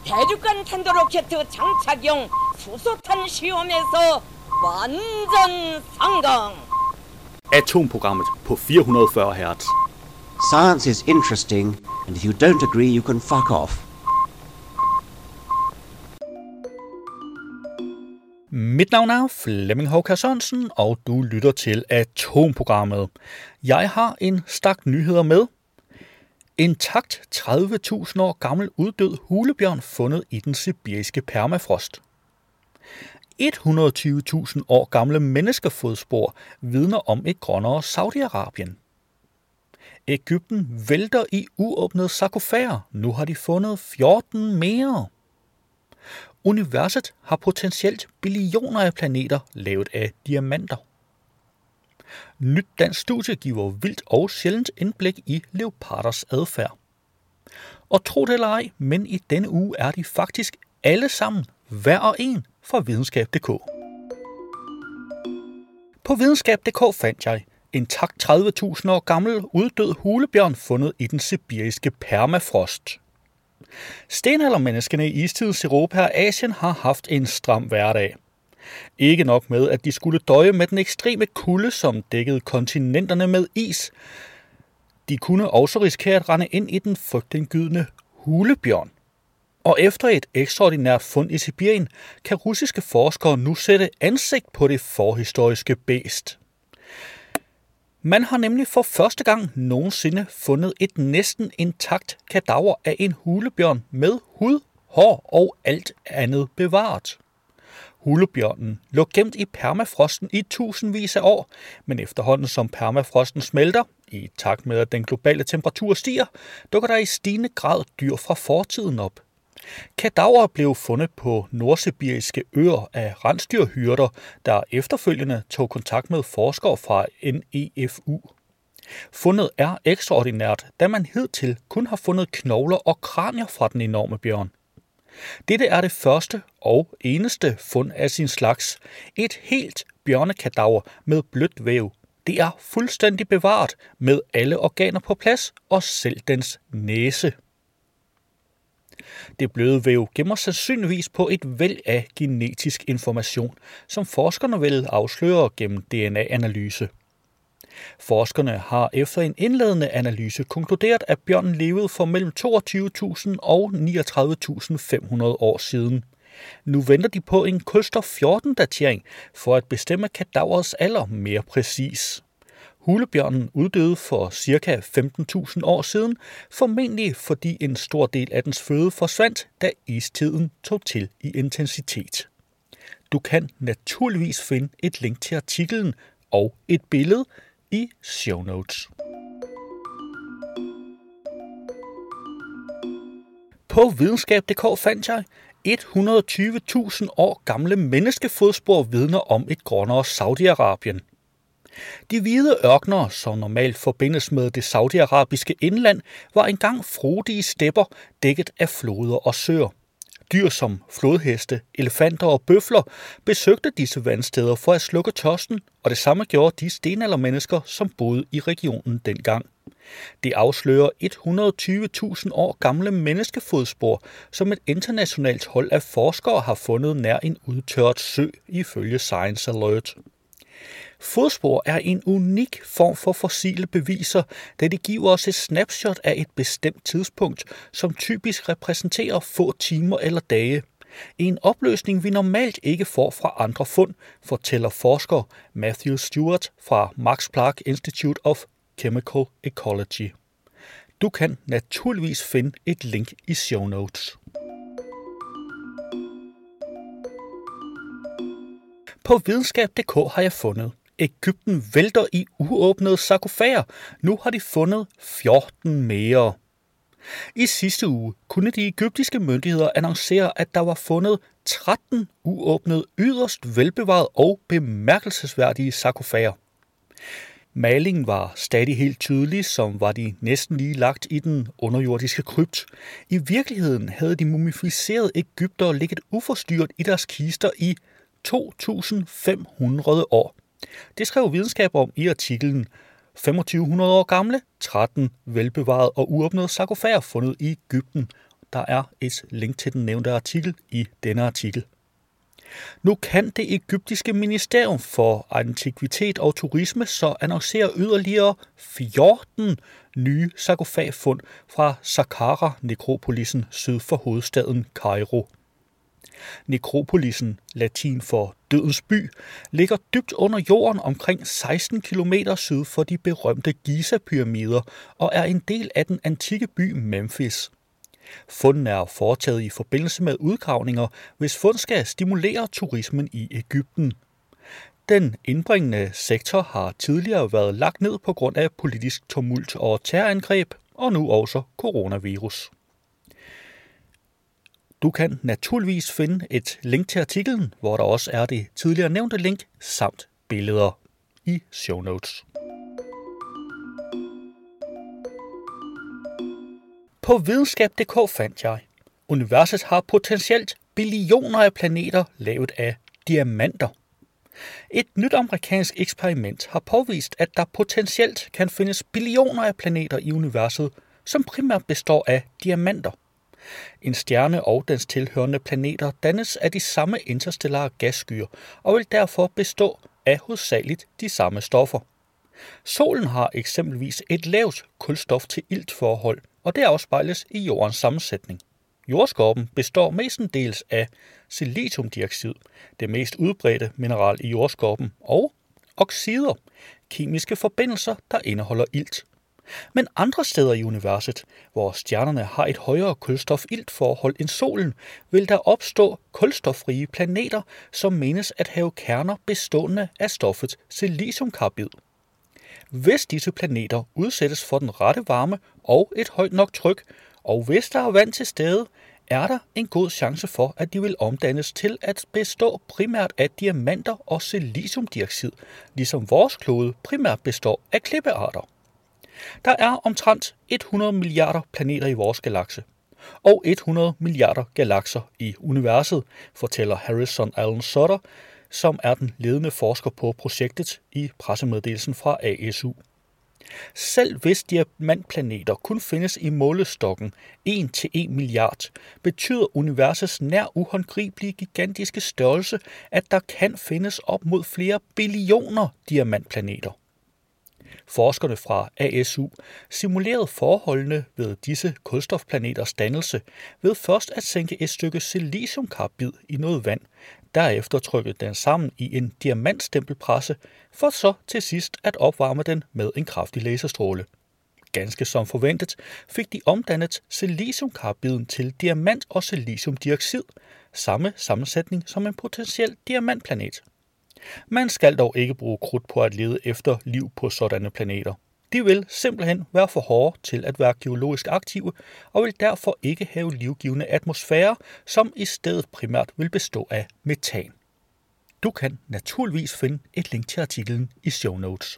대륙간 탄도로켓 장착용 수소탄 시험에서 완전 성공. Atomprogrammet på 440 Hz. Science is interesting, and if you don't agree, you can fuck off. Mit navn er Flemming Hovkær Sørensen, og du lytter til Atomprogrammet. Jeg har en stak nyheder med. Intakt 30.000 år gammel uddød hulebjørn fundet i den sibiriske permafrost. 120.000 år gamle menneskefodspor vidner om et grønnere Saudi-Arabien. Egypten vælter i uåbnede sarkofager. Nu har de fundet 14 mere. Universet har potentielt billioner af planeter lavet af diamanter. Nyt dansk studie giver vildt og sjældent indblik i leoparders adfærd. Og tro det eller ej, men i denne uge er de faktisk alle sammen, hver og en, fra videnskab.dk. På videnskab.dk fandt jeg intakt 30.000 år gammel uddød hulebjørn fundet i den sibiriske permafrost. Stenaldermenneskene i istidens Europa og Asien har haft en stram hverdag. Ikke nok med, at de skulle døje med den ekstreme kulde, som dækkede kontinenterne med is. De kunne også risikere at rende ind i den frygtindgydende hulebjørn. Og efter et ekstraordinært fund i Sibirien, kan russiske forskere nu sætte ansigt på det forhistoriske bæst. Man har nemlig for første gang nogensinde fundet et næsten intakt kadaver af en hulebjørn med hud, hår og alt andet bevaret. Hulebjørnen lå gemt i permafrosten i tusindvis af år, men efterhånden som permafrosten smelter, i takt med at den globale temperatur stiger, dukker der i stigende grad dyr fra fortiden op. Kadaver blev fundet på nordsibiriske øer af rensdyrhyrder, der efterfølgende tog kontakt med forskere fra NEFU. Fundet er ekstraordinært, da man hidtil kun har fundet knogler og kranier fra den enorme bjørn. Dette er det første og eneste fund af sin slags. Et helt bjørnekadaver med blødt væv. Det er fuldstændig bevaret med alle organer på plads og selv dens næse. Det bløde væv gemmer sandsynligvis på et væld af genetisk information, som forskerne vil afsløre gennem DNA-analyse. Forskerne har efter en indledende analyse konkluderet, at bjørnen levede for mellem 22.000 og 39.500 år siden. Nu venter de på en kulstof-14-datering for at bestemme kadaverets alder mere præcis. Hulebjørnen uddøde for ca. 15.000 år siden, formentlig fordi en stor del af dens føde forsvandt, da istiden tog til i intensitet. Du kan naturligvis finde et link til artiklen og et billede i show notes. På videnskab.dk fandt jeg 120.000 år gamle menneskefodspor vidner om et grønnere Saudi-Arabien. De hvide ørkener, som normalt forbindes med det saudiarabiske indland, var engang frodige stepper dækket af floder og søer. Dyr som flodheste, elefanter og bøfler besøgte disse vandsteder for at slukke tørsten, og det samme gjorde de stenaldermennesker, som boede i regionen dengang. Det afslører 120.000 år gamle menneskefodspor, som et internationalt hold af forskere har fundet nær en udtørret sø, ifølge Science Alert. Fodspor er en unik form for fossile beviser, da det giver os et snapshot af et bestemt tidspunkt, som typisk repræsenterer få timer eller dage. En opløsning, vi normalt ikke får fra andre fund, fortæller forsker Matthew Stewart fra Max Planck Institute of Chemical Ecology. Du kan naturligvis finde et link i show notes. På videnskab.dk har jeg fundet: Egypten vælter i uåbnede sarkofager. Nu har de fundet 14 mere. I sidste uge kunne de egyptiske myndigheder annoncere, at der var fundet 13 uåbnede, yderst velbevarede og bemærkelsesværdige sarkofager. Malingen var stadig helt tydelig, som var de næsten lige lagt i den underjordiske krypt. I virkeligheden havde de mumificerede egyptere ligget uforstyrret i deres kister i 2.500 år. Det skrev videnskab om i artiklen 2500 år gamle, 13 velbevarede og uåbnede sarkofager fundet i Egypten, Der er et link til den nævnte artikel i denne artikel. Nu kan det egyptiske ministerium for antikvitet og turisme så annoncere yderligere 14 nye sarkofagfund fra Saqqara-nekropolisen syd for hovedstaden Kairo. Nekropolisen, latin for dødens by, ligger dybt under jorden omkring 16 km syd for de berømte Giza-pyramider og er en del af den antikke by Memphis. Fundene er foretaget i forbindelse med udgravninger, hvis fund skal stimulere turismen i Egypten. Den indbringende sektor har tidligere været lagt ned på grund af politisk tumult og terrorangreb, og nu også coronavirus. Du kan naturligvis finde et link til artiklen, hvor der også er det tidligere nævnte link, samt billeder i show notes. På videnskab.dk fandt jeg, universet har potentielt billioner af planeter lavet af diamanter. Et nyt amerikansk eksperiment har påvist, at der potentielt kan findes billioner af planeter i universet, som primært består af diamanter. En stjerne og dens tilhørende planeter dannes af de samme interstellare gasskyer og vil derfor bestå af hovedsageligt de samme stoffer. Solen har eksempelvis et lavt kulstof-til-ilt-forhold, og det afspejles i jordens sammensætning. Jordskorpen består mestendels af siliciumdioxid, det mest udbredte mineral i jordskorpen, og oxider, kemiske forbindelser, der indeholder ilt. Men andre steder i universet, hvor stjernerne har et højere kulstof-ilt-forhold end solen, vil der opstå kulstoffrie planeter, som menes at have kerner bestående af stoffet siliciumkarbid. Hvis disse planeter udsættes for den rette varme og et højt nok tryk, og hvis der er vand til stede, er der en god chance for, at de vil omdannes til at bestå primært af diamanter og siliciumdioxid, ligesom vores klode primært består af klippearter. Der er omtrent 100 milliarder planeter i vores galakse, og 100 milliarder galakser i universet, fortæller Harrison Allen Sutter, som er den ledende forsker på projektet i pressemeddelelsen fra ASU. Selv hvis diamantplaneter kun findes i målestokken 1 til 1 milliard, betyder universets nær uhåndgribelige gigantiske størrelse, at der kan findes op mod flere billioner diamantplaneter. Forskerne fra ASU simulerede forholdene ved disse kulstofplaneters dannelse ved først at sænke et stykke siliciumkarbid i noget vand, derefter trykke den sammen i en diamantstempelpresse, for så til sidst at opvarme den med en kraftig laserstråle. Ganske som forventet fik de omdannet siliciumkarbiden til diamant og siliciumdioxid, samme sammensætning som en potentiel diamantplanet. Man skal dog ikke bruge krudt på at lede efter liv på sådanne planeter. De vil simpelthen være for hårde til at være geologisk aktive og vil derfor ikke have livgivende atmosfære, som i stedet primært vil bestå af metan. Du kan naturligvis finde et link til artiklen i show notes.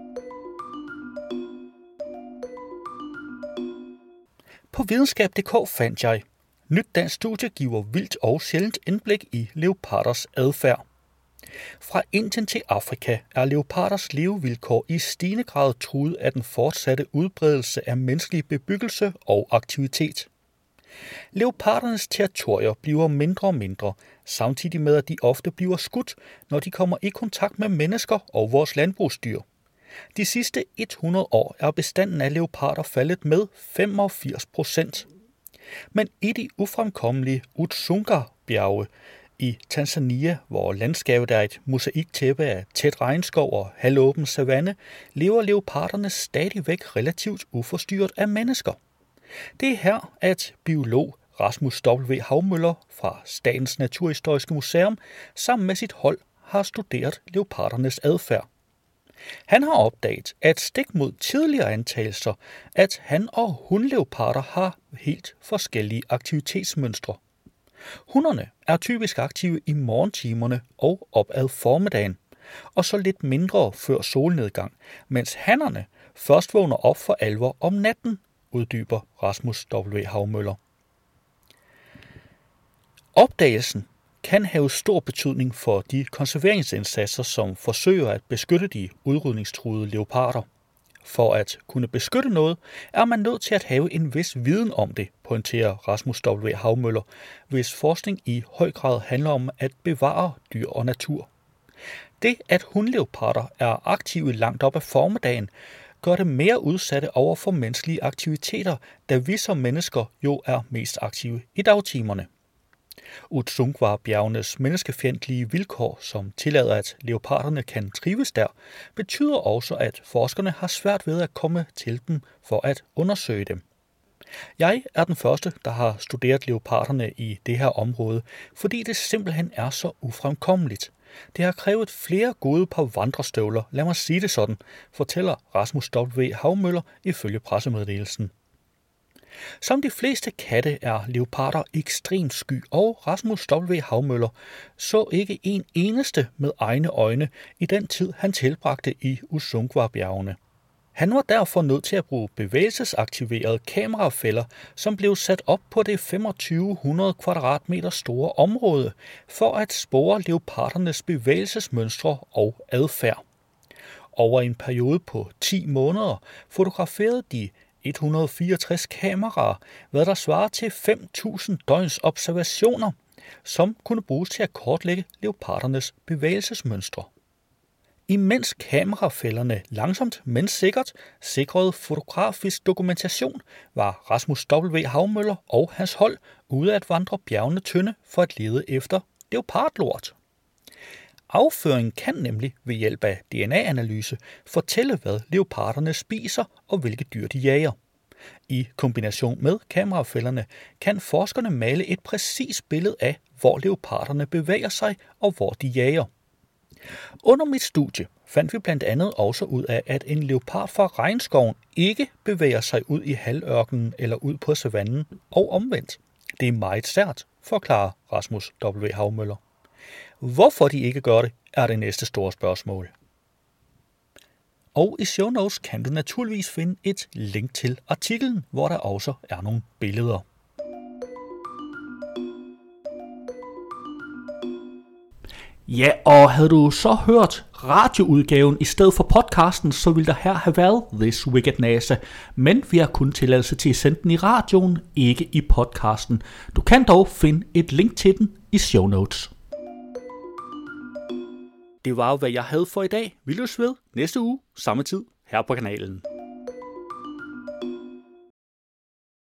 På videnskab.dk fandt jeg, nyt dansk studie giver vildt og sjældent indblik i leoparders adfærd. Fra Indien til Afrika er leoparders levevilkår i stigende grad truet af den fortsatte udbredelse af menneskelig bebyggelse og aktivitet. Leopardernes territorier bliver mindre og mindre, samtidig med at de ofte bliver skudt, når de kommer i kontakt med mennesker og vores landbrugsdyr. De sidste 100 år er bestanden af leoparder faldet med 85%. Men i de ufremkommelige Udzunga-bjerge i Tanzania, hvor landskabet er et mosaiktæppe af tæt regnskov og halvåben savanne, lever leoparderne stadigvæk relativt uforstyrret af mennesker. Det er her, at biolog Rasmus W. Havmøller fra Statens Naturhistoriske Museum sammen med sit hold har studeret leopardernes adfærd. Han har opdaget, at stik mod tidligere antagelser, at han- og hunleoparder har helt forskellige aktivitetsmønstre. Hunnerne er typisk aktive i morgentimerne og op ad formiddagen, og så lidt mindre før solnedgang, mens hannerne først vågner op for alvor om natten, uddyber Rasmus W. Havmøller. Opdagelsen kan have stor betydning for de konserveringsindsatser, som forsøger at beskytte de udrydningstruede leoparder. For at kunne beskytte noget, er man nødt til at have en vis viden om det, pointerer Rasmus W. Havmøller, hvis forskning i høj grad handler om at bevare dyr og natur. Det, at hunleoparder er aktive langt op ad formiddagen, gør det mere udsatte over for menneskelige aktiviteter, da vi som mennesker jo er mest aktive i dagtimerne. Udzungwa-bjergenes menneskefjendtlige vilkår, som tillader, at leoparderne kan trives der, betyder også, at forskerne har svært ved at komme til dem for at undersøge dem. Jeg er den første, der har studeret leoparderne i det her område, fordi det simpelthen er så ufremkommeligt. Det har krævet flere gode par vandrestøvler, lad mig sige det sådan, fortæller Rasmus W. Havmøller ifølge pressemeddelelsen. Som de fleste katte er leoparder ekstremt sky, og Rasmus W. Havmøller så ikke en eneste med egne øjne i den tid, han tilbragte i Udzungwa-bjergene. Han var derfor nødt til at bruge bevægelsesaktiverede kamerafælder, som blev sat op på det 2500 kvadratmeter store område, for at spore leopardernes bevægelsesmønstre og adfærd. Over en periode på 10 måneder fotograferede de 164 kameraer, hvad der svarer til 5.000 døgns observationer, som kunne bruges til at kortlægge leopardernes bevægelsesmønstre. Imens kamerafælderne langsomt, men sikkert sikrede fotografisk dokumentation, var Rasmus W. Havmøller og hans hold ude at vandre bjergene tynde for at lede efter leopardlort. Afføring kan nemlig ved hjælp af DNA-analyse fortælle, hvad leoparderne spiser og hvilke dyr de jager. I kombination med kamerafælderne kan forskerne male et præcist billede af, hvor leoparderne bevæger sig og hvor de jager. Under mit studie fandt vi blandt andet også ud af, at en leopard fra regnskoven ikke bevæger sig ud i halvørkenen eller ud på savannen og omvendt. Det er meget sært, forklarer Rasmus W. Havmøller. Hvorfor de ikke gør det, er det næste store spørgsmål. Og i show notes kan du naturligvis finde et link til artiklen, hvor der også er nogle billeder. Ja, og havde du så hørt radioudgaven i stedet for podcasten, så ville der her have været This Week at NASA. Men vi har kun tilladelse til at sende den i radioen, ikke i podcasten. Du kan dog finde et link til den i show notes. Det var jo, hvad jeg havde for i dag. Vi løs ved næste uge, samme tid, her på kanalen.